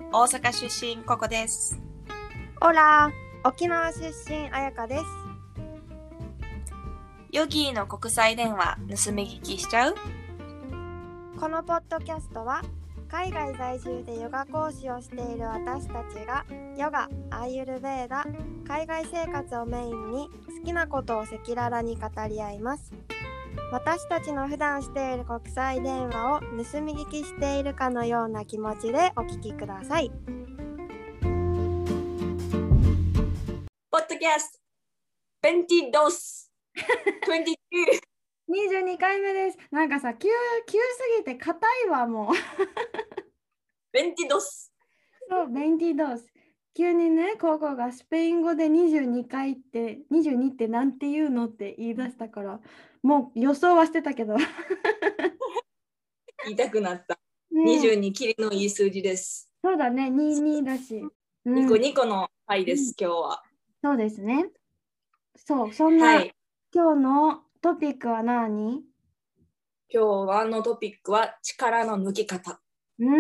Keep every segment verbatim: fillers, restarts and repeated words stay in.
大阪出身ココです。 オラ、沖縄出身あやかです。 ヨギーの国際電話盗み聞きしちゃう？ このポッドキャストは海外在住でヨガ講師をしている私たちがヨガ、アーユルヴェーダ、海外生活をメインに好きなことを赤裸々に語り合います。私たちの普段している国際電話を盗み聞きしているかのような気持ちでお聞きください。 ポッドキャストにじゅうににじゅうににじゅうにかいめです。なんかさ、急、急すぎて硬いわ、もう。 ベンティドス。 そう、ベンティドス。急にね、ココがスペイン語でにじゅうにかいって、にじゅうにってなんて言うのって言い出したから、もう予想はしてたけど。 言いたくなった。 ね、 にじゅうに、キリのいい数字です。 そうだね、にじゅうにだし。うん、 にこにこの回です、 うん、 今日は。 そうですね。そう、そんな、はい、今日のトピックは何？ 今日のトピックは力の抜き方。 うん。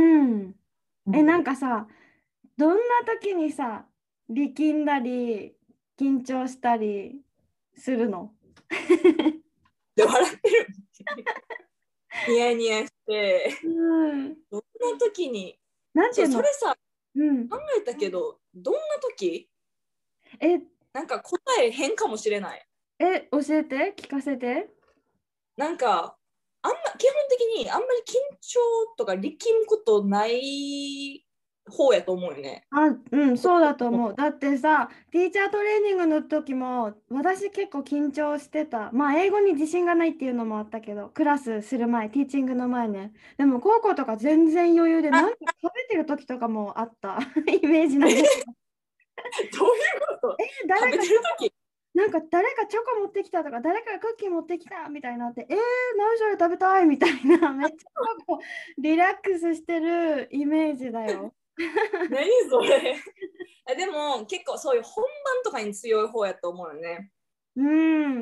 え、なんかさ、どんな時にさ、力んだり、緊張したりするの？ で、笑ってる。ニヤニヤして、うん、どんな時に、なんていうの？それさ、うん、考えたけど、どんな時？え、なんか答え変かもしれない。 え、教えて、聞かせて。 なんか、あんま基本的にあんまり緊張とか力むことない方やと思うよね。 あ、うん、そうだと思う。だってさ、ティーチャートレーニングの時も私結構緊張してた。まあ英語に自信がないっていうのもあったけど、クラスする前、ティーチングの前ね。でも高校とか全然余裕で、なんか食べてる時とかもあったイメージなんだけど。どういうこと？え、誰か食べてる時？ なんか誰かチョコ持ってきたとか、誰かがクッキー持ってきたみたいになって、えー、何それ食べたいみたいな、めっちゃリラックスしてるイメージだよ。 何それでも結構そういう本番とかに強い方やと思うよね。 うん、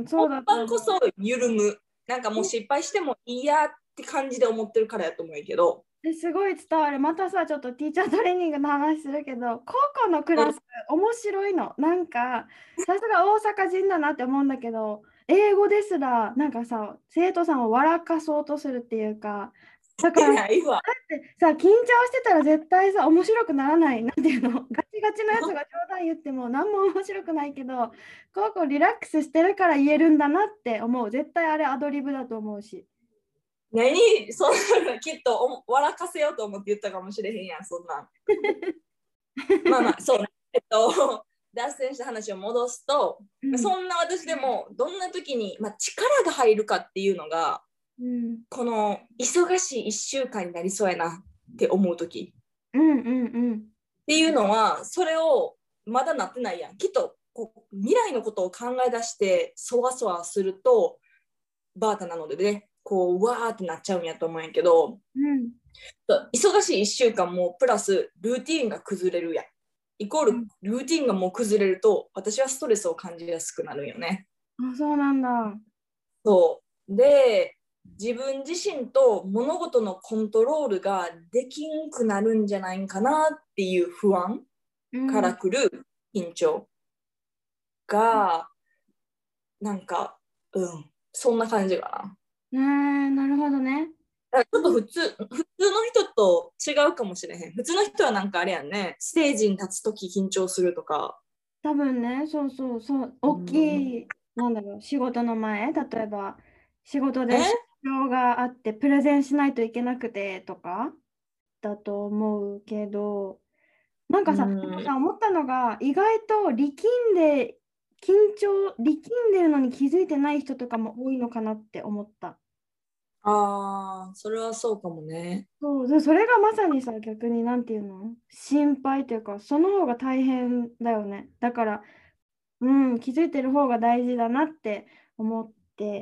そうだと思う。 本番こそ緩む。なんかもう失敗してもいいやって感じで思ってるからやと思うけど。 すごい伝わる。またさ、ちょっとティーチャートレーニングの話するけど、高校のクラス、うん、面白いの。なんか、さすが大阪人だなって思うんだけど、英語ですら、なんかさ、生徒さんを笑かそうとするっていうか、だから、だってさ、緊張してたら絶対さ、面白くならない。なんていうの、ガチガチのやつが冗談言っても何も面白くないけど、高校リラックスしてるから言えるんだなって思う。絶対あれアドリブだと思うし。 何そんなきっと笑かせようと思って言ったかもしれへんやん、そんなん。まあまあ、そう、えっと、脱線した話を戻すと、うん、そんな私でもどんな時に、まあ、力が入るかっていうのが、うん、この忙しいいっしゅうかんになりそうやなって思う時、 うんうんうん、 っていうのは、それをまだなってないやん。きっとこう未来のことを考え出してそわそわするとバータなのでね、こうわーってなっちゃうんやと思うんやけど、うん、忙しいいっしゅうかんもプラスルーティーンが崩れるやん。イコールルーティーンがもう崩れると私はストレスを感じやすくなるんよね。 あ、そうなんだ。 そうで、自分自身と物事のコントロールができんくなるんじゃないかなっていう不安からくる緊張が、うん、なんか、うん、そんな感じかな。えー、なるほどね。 ちょっと普通、普通の人と違うかもしれへん。普通の人はなんかあれやんね、ステージに立つとき緊張するとか。 多分ね、そうそうそう、大きい、うん、なんだろう、仕事の前、例えば仕事で出張があってプレゼンしないといけなくてとかだと思うけど、なんかさ、うん、でもさ、思ったのが、意外と力んで、緊張、力んでるのに気づいてない人とかも多いのかなって思った。 ああ、それはそうかもね。 そうで、それがまさにさ、逆になんていうの、心配というか、その方が大変だよね。だから、うん、気づいてる方が大事だなって思って、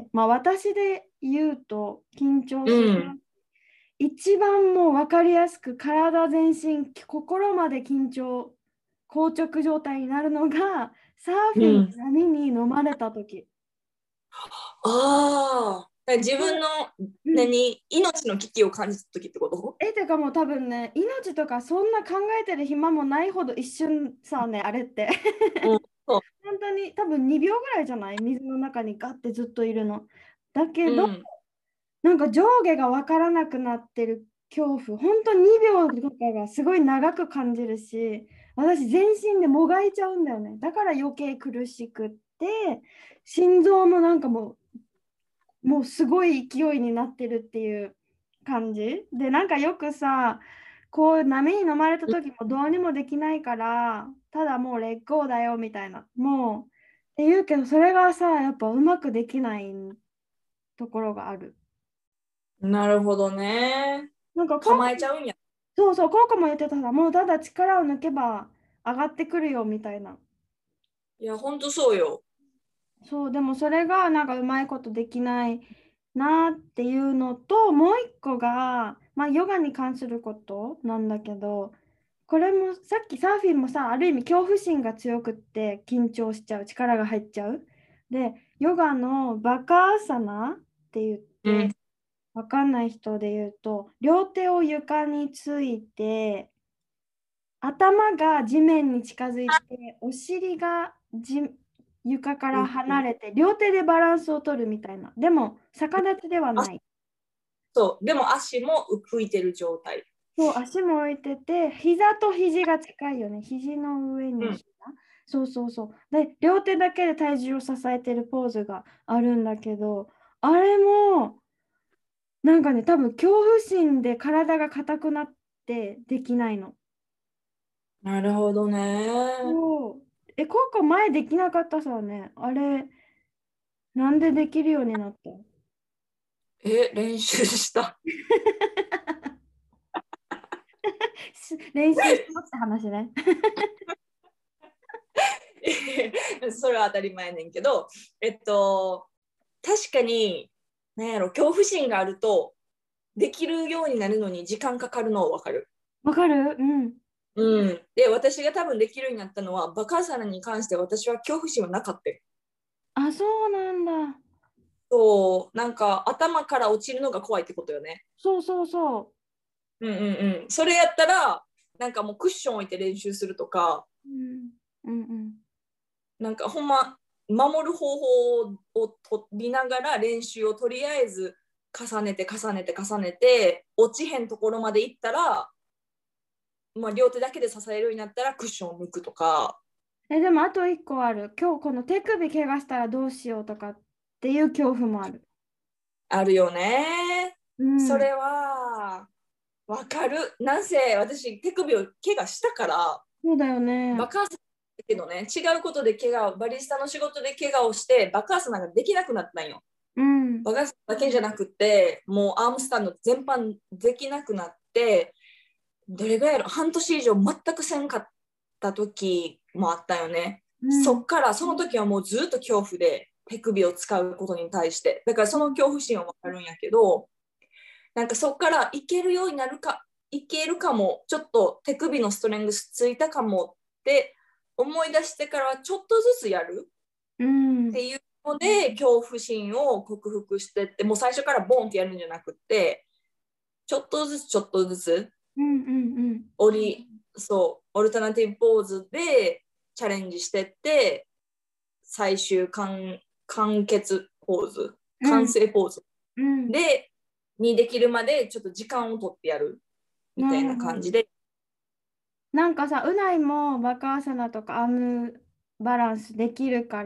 まあ私で言うと、緊張する。うん、一番もう分かりやすく、体全身、心まで緊張、硬直状態になるのが、サーフィンの波に飲まれたとき。うん、 ああ。自分の何、うん、命の危機を感じた時ってこと？ え、違っていうかもう多分ね、命とかそんな考えてる暇もないほど一瞬さね、あれって。 うん、そう。 本当に多分にびょうぐらいじゃない水の中にガッてずっといるの。だけど、 うん。 なんか上下が分からなくなってる恐怖、本当ににびょうとかがすごい長く感じるし、私全身でもがいちゃうんだよね。だから余計苦しくって、心臓もなんかもう、もうすごい勢いになってるっていう感じ。で、なんかよくさ、こう波に飲まれた時もどうにもできないから、ただもうレッグオーだよみたいな。もう、って言うけど、それがさ、やっぱうまくできないところがある。 なるほどね。 なんかこう、 構えちゃうんや。 そうそう、コウコも言ってたさ、もうただ力を抜けば上がってくるよみたいな。 いや、ほんとそうよ。 そう、でもそれがなんかうまいことできないなっていうのと、もう一個が、まあ、ヨガに関することなんだけど、これもさっきサーフィンもさ、ある意味恐怖心が強くって緊張しちゃう、力が入っちゃう。で、ヨガのバカアーサナって言っうん。 て、わかんない人で言うと、両手を床について、頭が地面に近づいて、お尻がじ床から離れて、両手でバランスを取るみたいな。でも、逆立ちではあ、 ない。 そう。でも足も浮いてる状態。 そう、足も置いてて、膝と肘が近いよね。肘の上うん。 に膝。そうそうそう。で、両手だけで体重を支えてるポーズがあるんだけど、あれも、なんかね、多分恐怖心で体が硬くなってできないの。 なるほどね。 そう。え、ココ前できなかったさね。あれ、なんでできるようになった？ え、練習した。 し練習したって話ね。 それは当たり前ねんけど、えっと、確かに、なんやろ、恐怖心があると、できるようになるのに時間かかるのはわかる。 わかる。うん。 うん。で、私が多分できるようになったのは、バカサラに関して私は恐怖心はなかった。 あ、そうなんだ。 そう、なんか頭から落ちるのが怖いってことよね。 そうそうそうんうんうん。それやったら、なんかもうクッション置いて練習するとか、 う。うん。うんうん。 なんかほんま、守る方法を取りながら練習をとりあえず重ねて重ねて重ねて、落ちへんところまで行ったら、まあ、両手だけで支えるようになったらクッションを抜くとか、 え、でもあと一個ある。今日この手首怪我したらどうしようとかっていう恐怖もある。 あるよね。 うん。 それは、わかる。なんせ私、手首を怪我したから、 そうだよね。 バカンスだけどね、違うことで怪我を、バリスタの仕事で怪我をして、バカンスなんかできなくなったんよ。 うん。 バカンスだけじゃなくて、もうアームスタンド全般できなくなって、どれぐらいやろ、半年以上全くせんかった時もあったよね。 うん。 そっから、その時はもうずっと恐怖で、手首を使うことに対して。だからその恐怖心はわかるんやけど、なんかそっからいけるようになるか、いけるかも、ちょっと手首のストレングスついたかもって思い出してからはちょっとずつやるうん。 っていうので、恐怖心を克服してって、もう最初からボンってやるんじゃなくて、ちょっとずつちょっとずつ、 うんうんうん。 オリ、そう、オルタナティブポーズでチャレンジしてって、最終完完結ポーズ、完うん。 成ポーズうん。 で、にできるまでちょっと時間をとってやるみたいなるほど。 な感じで。 なんかさ、うないもバカアサナとかアームバランスできるから、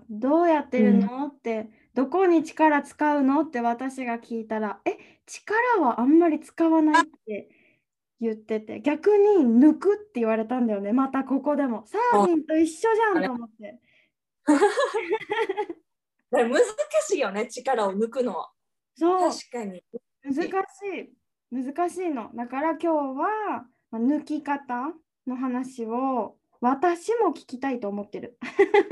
どうやってるうん、 のって、どこに力使うのって私が聞いたら、え、力はあんまり使わないって言ってて、逆に抜くって言われたんだよね。またここでも。サーフあィンと一緒じゃんね、 と思って。 だから難しいよね、力を抜くのは。確そう、 かに。 難しい。難しいの。だから今日は、まあ抜き方の話を私も聞きたいと思ってる。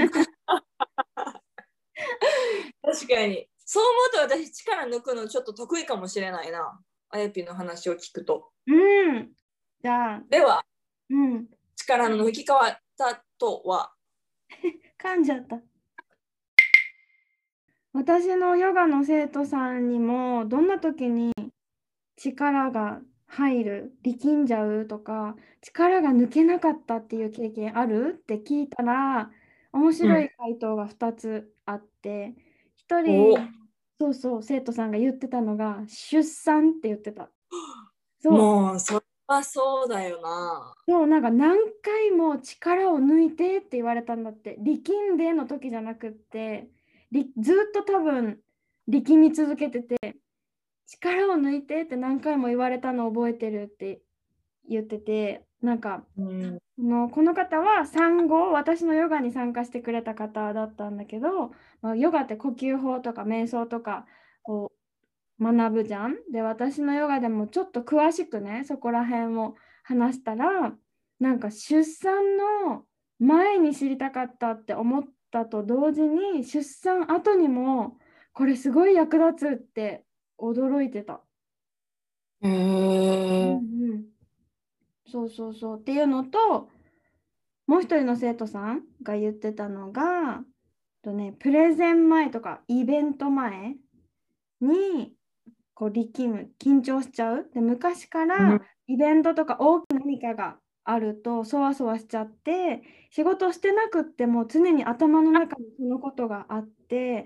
確かに。そう思うと私、力抜くのちょっと得意かもしれないな。あやぴの話を聞くと。 うん。じゃあ、 では、 うん。 力の抜き方とは、 噛んじゃった。私のヨガの生徒さんにも、どんな時に力が入る、力んじゃうとか、力が抜けなかったっていう経験あるって聞いたら、面白いうん。 回答がふたつあって、一おお、 人、そうそう、生徒さんが言ってたのが、出産って言ってた。そう、 もう、それはそうだよな。 そう、なんか何回も力を抜いてって言われたんだって。力んでの時じゃなくって、りずっと多分力み続けてて、力を抜いてって何回も言われたのを覚えてるって言ってて、なんか、 うん。 この、この方は産後、私のヨガに参加してくれた方だったんだけど、まあ、ヨガって呼吸法とか瞑想とかを学ぶじゃん。で、私のヨガでもちょっと詳しくね、そこら辺を話したら、なんか出産の前に知りたかったって思ったと同時に、出産後にもこれすごい役立つって驚いてた。 へうんえ。 うん。そうそうそうっていうのと、もう一人の生徒さんが言ってたのが、とね、プレゼン前とかイベント前にこう力む、緊張しちゃう。で、昔からうん。 イベントとか大きな何かがあるとそわそわしちゃって、仕事してなくっても常に頭の中にそのことがあって、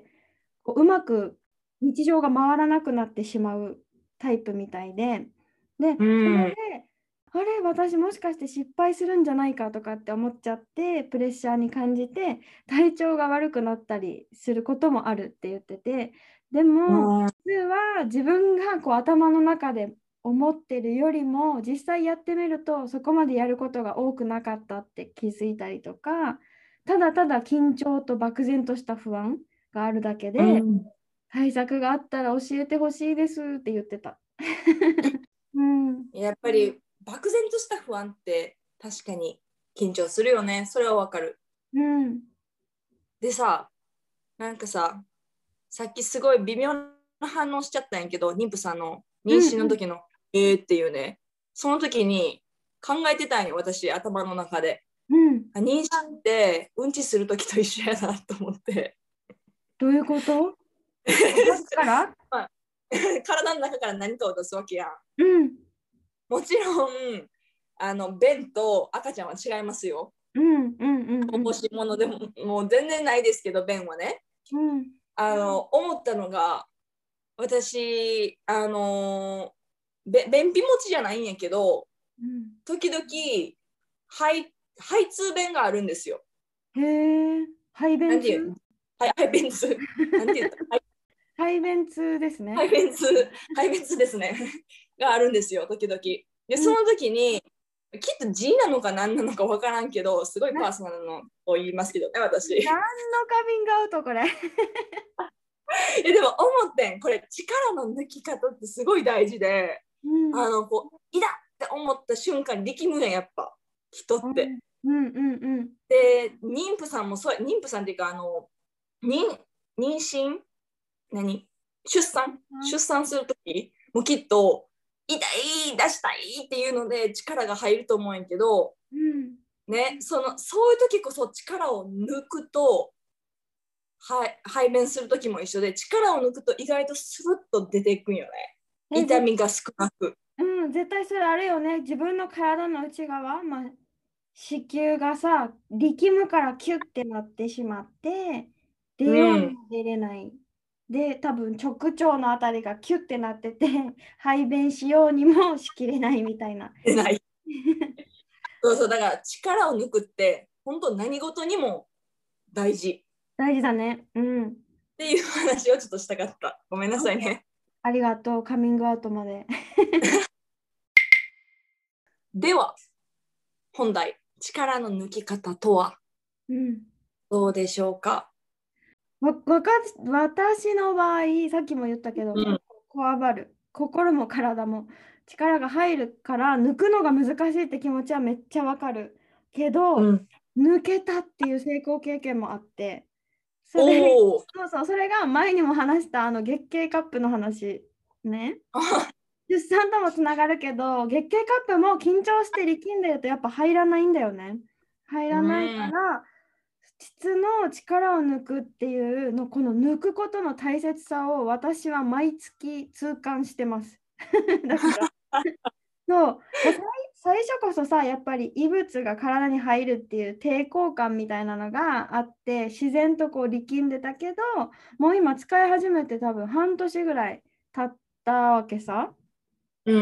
こう、うまく日常が回らなくなってしまうタイプみたいで、で、 うそれん。 で、あれ、私もしかして失敗するんじゃないかとかって思っちゃって、プレッシャーに感じて、体調が悪くなったりすることもあるって言ってて、でも、 うん。 実は自分がこう頭の中で思ってるよりも、実際やってみると、そこまでやることが多くなかったって気づいたりとか、ただただ緊張と漠然とした不安があるだけで、 うん。 対策があったら教えてほしいですって言ってた。うん。 やっぱり漠然とした不安って確かに緊張するよね。それはわかる。 うん。 でさ、なんかさ、さっきすごい微妙な反応しちゃったんやけど、妊婦さんの妊うんうん娠の時のえーっていうね、その時に考えてたんよ、私、頭の中で。 うん。 あ、妊娠ってうんちする時と一緒やなと思って。 どういうこと？お腹から？ まあ体の中から何かを出すわけやん。 うん。 もちろん、あの、便と赤ちゃんは違いますよ。 うんうんうんうん欲しいものでも、もう全然ないですけど、便はね。 うんあの、思ったのが、私、あの、べ便秘持ちじゃないんやけど、 うん時々、排、排通便があるんですよ。 へえ、排便痛？ なんていう、はい排便痛。なんて言った排排便痛ですね。 排便痛、排便痛ですね。があるんですよ、時々。で、 うん。 その時に、きっと G なのか何なのか分からんけど、すごいな、 パーソナルのを言いますけどね、私。 何のカミングアウトこれ？ えでも思ってん、これ力の抜き方ってすごい大事で、 うんあの、こう、いだって思った瞬間、力むねん、やっぱ、人うんって。 うんうんうんで、妊婦さんもそう、妊婦さんっていうか、あの、妊妊娠何出産出産するときもきっと、痛い、出したいっていうので力が入ると思うんやけど、 うんね、そのそういう時こそ力を抜くと、はい、排便する時も一緒で、力を抜くと意外とスルッと出ていくんよね。 え、ぜ、 痛みが少なく。 うん、絶対それあれよね。自分の体の内側、まあ、子宮がさ、力むからキュッてなってしまって、出うようにん。 も出れない。で、多分直腸のあたりがキュッてなってて、排便しようにもしきれないみたいな。 出ない。そうそう、だから力を抜くって、本当何事にも大事大事だね。うん。 っていう話をちょっとしたかった。ごめんなさいね。 ありがとう、カミングアウトまで。 では、本題、力の抜き方とはうん。 どうでしょうか。 わ、わか、私の場合、さっきも言ったけど、 うん。 結構こわばる。心も体も力が入るから抜くのが難しいって気持ちはめっちゃわかる。けど、 うん。 抜けたっていう成功経験もあって、それ、 おお。 そうそう、それが前にも話したあの月経カップの話ね。出産ともつながるけど、月経カップも緊張して力んでるとやっぱ入らないんだよね。入うらないかん。 ら、膣の力を抜くっていうの、この抜くことの大切さを私は毎月痛感してます。だからそう。最最初こそさ、やっぱり異物が体に入るっていう抵抗感みたいなのがあって、自然とこう力んでたけど、もう今使い始めて多分半年ぐらい経ったわけさ。 うん。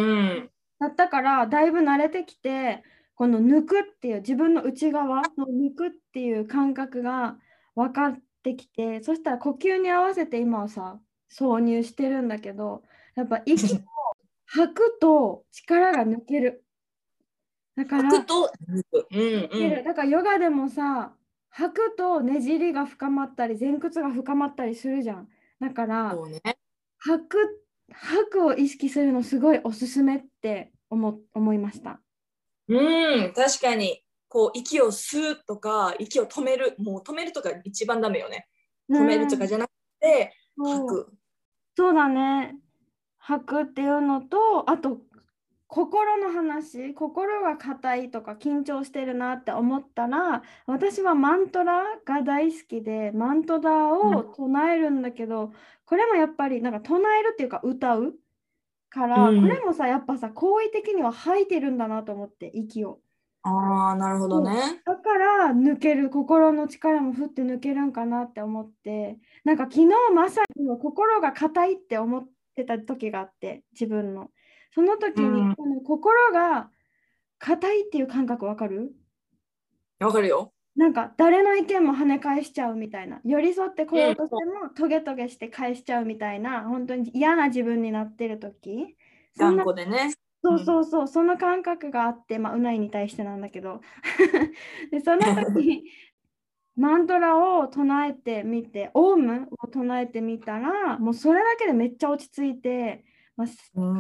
だったからだいぶ慣れてきて、この抜くっていう自分の内側の抜くっていう感覚が分かってきて、そしたら呼吸に合わせて今はさ挿入してるんだけど、やっぱ息を吐くと力が抜ける。だから吐くと抜く。うんうん。 抜ける。だからヨガでもさ、吐くとねじりが深まったり前屈が深まったりするじゃん。だからそうね。 吐く吐くを意識するのすごいおすすめって思、思いました。 うん、確かに。こう、息を吸うとか、息を止める。もう止めるとか一番ダメよね。 う止めるとかん、 じゃなくて、吐そう、 く。 そうだね。吐くっていうのと、あと心の話、心が硬いとか緊張してるなって思ったら、私はマントラが大好きで、マントラを唱えるんだけど、これもやっぱりなんか唱えるっていうか歌うかうら、これん。 もさ、やっぱさ、好意的には吐いてるんだなと思って、息を。 ああ、なるほどそうね。 だから抜ける、心の力もふって抜けるんかなって思って、なんか昨日まさに心が硬いって思ってた時があって、自分の。その時に、 うん。 この心が硬いっていう感覚わかる？ わかるよ。 なんか誰の意見も跳ね返しちゃうみたいな。寄り添ってこようん。 うとしてもトゲトゲして返しちゃうみたいな、本当に嫌な自分になってる時。そん頑な、 固でね。 そううん。 そうそう、その感覚があって、まあ、うないに対してなんだけど。で、その時マントラを唱えてみて、オウムを唱えてみたら、もうそれだけでめっちゃ落ち着いて、まあ、すうん。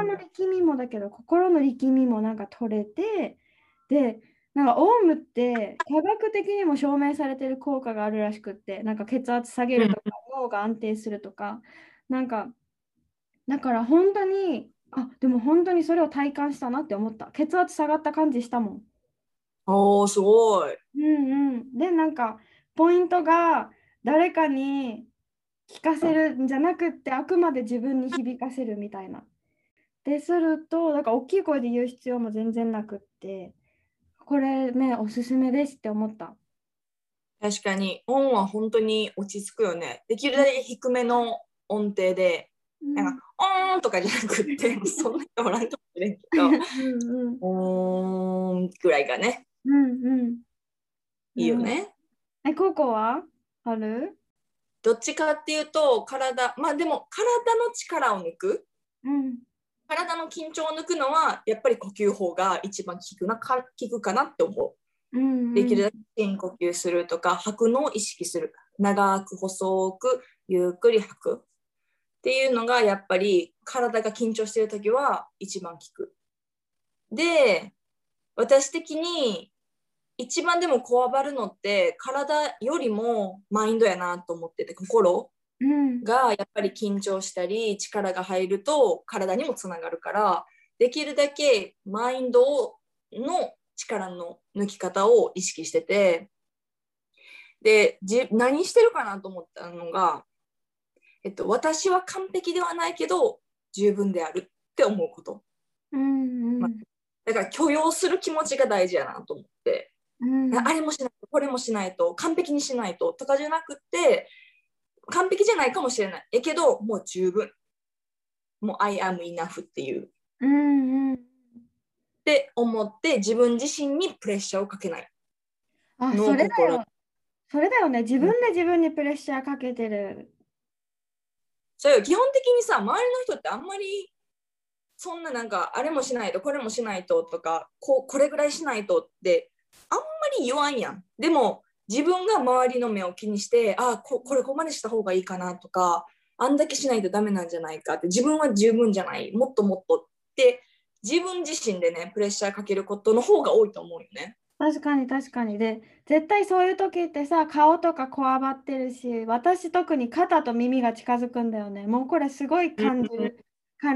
体の力みもだけど、心の力みもなんか取れて、で、なんかオウムって科学的にも証明されてる効果があるらしくって、なんか血圧下げうん。 るとか、脳が安定するとか、なんか、だから本当に、あ、でも本当にそれを体感したなって思った。血圧下がった感じしたもん。 おー、すごい。 うんうん。で、なんか、ポイントが誰かに聞かせるんじゃなくって、あくまで自分に響かせるみたいな。ですると、なんか大きい声で言う必要も全然なくって、これね、おすすめですって思った。 確かに、音は本当に落ち着くよね。できるうんだけ低めの音程で、 うんなんか、オーンとかじゃなくって、そんな人おらんかもしれんけうど、 んオーンぐらいがね、 うんうんうんうん。 いいよね。 え、ココはある？ どっちかっていうと、体、まあでも、体の力を抜く。 うん体の緊張を抜くのは、やっぱり呼吸法が一番効くな、か効くかなって思う。 うんうんできるだけ深呼吸するとか、吐くのを意識する。長く細く、ゆっくり吐く。っていうのが、やっぱり体が緊張しているときは一番効く。で、私的に一番でもこわばるのって体よりもマインドやなと思ってて、心うんがやっぱり緊張したり力が入ると体にもつながるから、できるだけマインドの力の抜き方を意識してて、でじ何してるかなと思ったのが、えっと、私は完璧ではないけど十分であるって思うこと、 うんうまあ、 んだから許容する気持ちが大事やなと思って、 うんあれもしないとこれもしないと完璧にしないととかじゃなくて、完璧じゃないかもしれないえけどもう十分、もう I am enough っていうっうんうん。 て思って自分自身にプレッシャーをかけないあ、そのを心。 れだよ。それだよね。自うん、 分で自分にプレッシャーかけてる。 それ基本的にさ、周りの人ってあんまりそんななんかあれもしないとこれもしないととか、ここれぐらいしないとってあんまり言わんやん。でも自分が周りの目を気にして、あここれここまでした方がいいかなとか、あんだけしないとダメなんじゃないかって、自分は十分じゃない、もっともっとって自分自身でねプレッシャーかけることの方が多いと思うよね。 確かに確かに。で、絶対そういう時ってさ、顔とかこわばってるし、私特に肩と耳が近づくんだよね。もうこれすごいうん感じるから、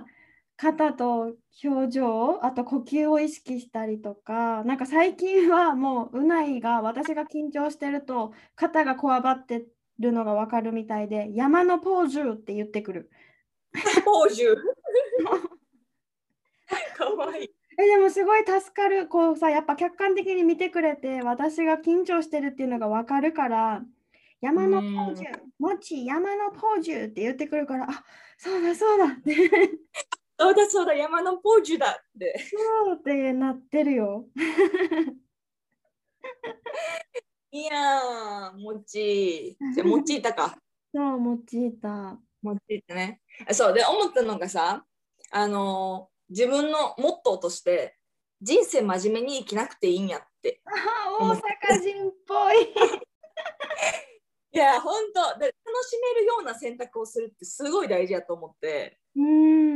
肩と表情、あと呼吸を意識したりとか、なんか最近はもううないが私が緊張してると肩がこわばってるのがわかるみたいで、山のポーズって言ってくる。 ポージュかわいい。 え、でもすごい助かる。こうさ、やっぱ客観的に見てくれて、私が緊張してるっていうのがわかるから、山のポージュ、もち山のポージュって言ってくるから、あ、そうだそうだって。 そうだそうだ、山のポージュだって。 そうってなってるよ。 いやー、もち。じゃもちいたか。 そう、もちいた。 もちいたね。そうで、思ったのがさ、あのー自分のモットーとして、人生真面目に生きなくていいんやって。 あ、大阪人っぽい。 いや、本当で楽しめるような選択をするってすごい大事やと思って、 うん。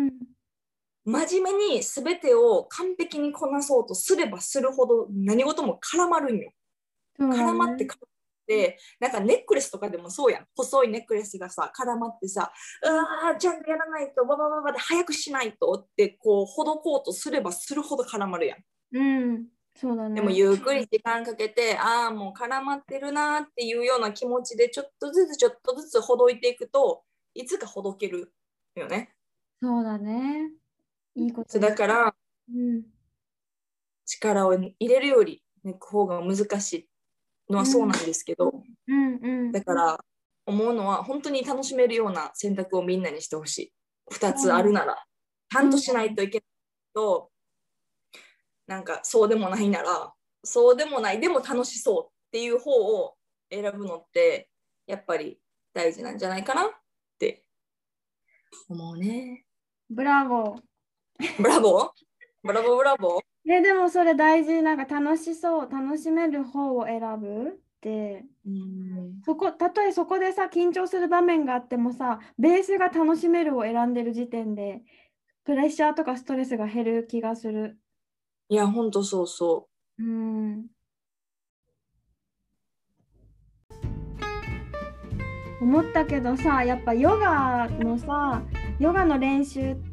真面目に全てを完璧にこなそうとすればするほど何事も絡まるんよ。 そうだね。 絡まって絡まってなんかネックレスとかでもそうやん。細いネックレスがさ絡まってさ、うわーちゃんとやらないとババババで早くしないとってこうほどこうとすればするほど絡まるやん。 うん、そうだね。 でもゆっくり時間かけて、ああもう絡まってるなっていうような気持ちでちょっとずつちょっとずつほどいていくといつかほどけるよね。 そうだね。いいことそうだから、 うん、 力を入れるより抜く方が難しいのはそうなんですけど、 うんうん、 だから思うのは本当に楽しめるような選択をみんなにしてほしい。ふたつあるなら、ちゃんとしないといけないと、なんかそうでもないなら、そうでもない、でも楽しそうっていう方を選ぶのって、やっぱり大事なんじゃないかなって思うね。 ブラボー。 ブラボーブラボーブラボーえ、でもそれ大事。なんか楽しそう、楽しめる方を選ぶって、 うん、 そこ、たとえそこでさ、緊張する場面があってもさ、ベースが楽しめるを選んでる時点で、プレッシャーとかストレスが減る気がする。 いや、ほんとそうそう。うん。思ったけどさ、やっぱヨガのさ、ヨガの練習って、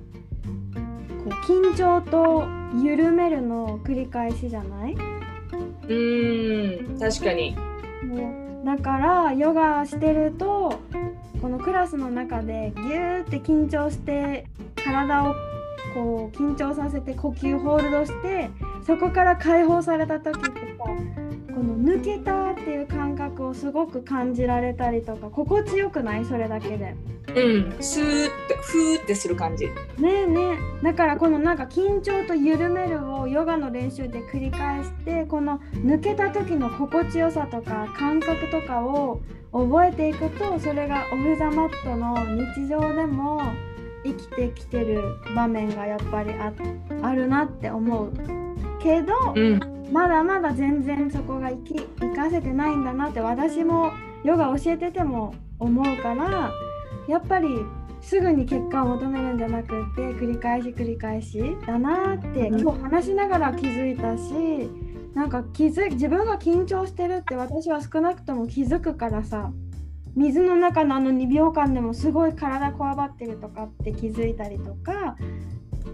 こう緊張と緩めるの繰り返しじゃない？ う。うーん、確かに。 もうだからヨガしてるとこのクラスの中でギューって緊張して体をこう緊張させて呼吸ホールドしてそこから解放された時ってさこの抜けたっていう感覚をすごく感じられたりとか心地よくない？それだけで。 うん、スーッてフーってする感じ。 ねえねえ、だからこのなんか緊張と緩めるをヨガの練習で繰り返してこの抜けた時の心地よさとか感覚とかを覚えていくとそれがオフ・ザ・マットの日常でも生きてきてる場面がやっぱり あ, あるなって思うけど、 うん、 まだまだ全然そこが生き生かせてないんだなって私もヨガ教えてても思うからやっぱりすぐに結果を求めるんじゃなくて繰り返し繰り返しだなって今日話しながら気づいたしなんか気づ自分が緊張してるって私は少なくとも気づくからさ水の中のあのにびょうかんでもすごい体こわばってるとかって気づいたりとか、 うん、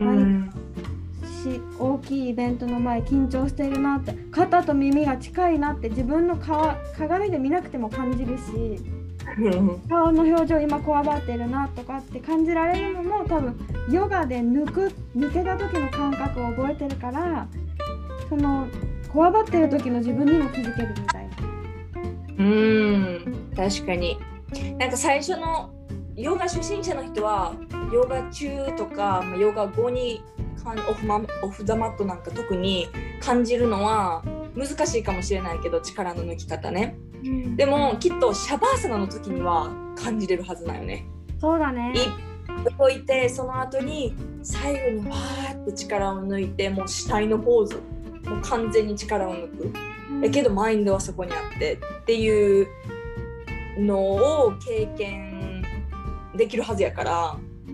し大きいイベントの前緊張してるなって肩と耳が近いなって自分の顔鏡で見なくても感じるし顔の表情今こわばってるなとかって感じられるのも多分ヨガで抜く抜けた時の感覚を覚えてるからそのこわばってる時の自分にも気づけるみたいな。 うーん、確かに。なんか最初のヨガ初心者の人はヨガ中とかヨガ後にオフマオフ・ザ・マットなんか特に感じるのは難しいかもしれないけど力の抜き方ね、うん、でもきっとシャバーサナの時には感じれるはずだよね。 そうだね。 動いてその後に最後にわーって力を抜いてもう死体のポーズもう完全に力を抜く、うん、だけどマインドはそこにあってっていうのを経験できるはずやから、うん、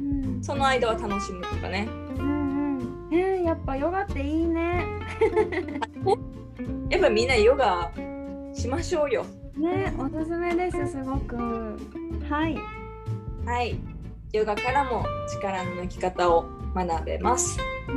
その間は楽しむとかね。 えー、やっぱヨガっていいね。 やっぱみんなヨガしましょうよ。 ね、おすすめです、すごく。はい。 はい。ヨガからも力の抜き方を学べます。 うん。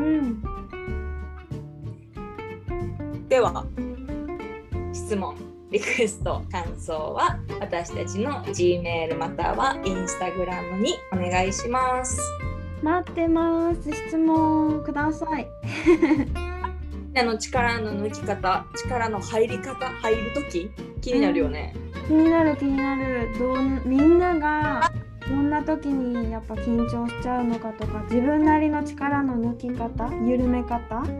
では、質問、リクエスト、感想は私たちの Gmail または Instagram にお願いします。 待ってます。質問ください。 みんなの力の抜き方、力の入り方、入るとき気になるよね。 気になる気になる。どんみんながどんな時にやっぱ緊張しちゃうのかとか、自分なりの力の抜き方、緩め方、 うん、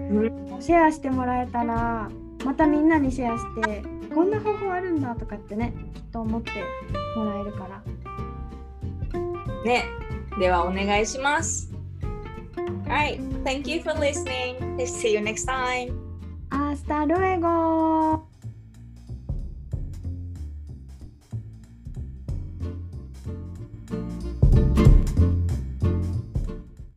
シェアしてもらえたら、またみんなにシェアして、こんな方法あるんだとかってね、きっと思ってもらえるから。 ね、ではお願いします。Alright, thank you for listening. See you next time. Hasta luego.